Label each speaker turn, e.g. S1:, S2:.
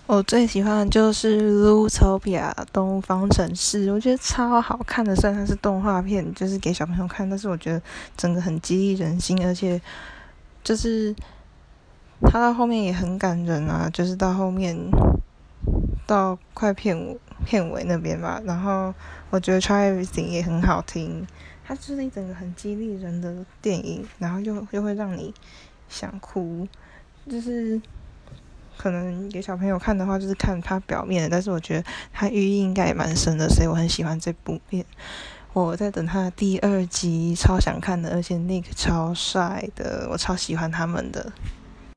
S1: 我最喜欢的就是《Zootopia》动物方程式，我觉得超好看的。虽然它是动画片，就是给小朋友看，但是我觉得整个很激励人心，而且就是它到后面也很感人啊，就是到后面到快片尾那边吧。然后我觉得《Try Everything》也很好听，它就是一整个很激励人的电影，然后又会让你想哭，就是可能给小朋友看的话，就是看它表面的，但是我觉得它寓意应该也蛮深的，所以我很喜欢这部片。我在等它的第2集，超想看的，而且Nick超帅的，我超喜欢他们的。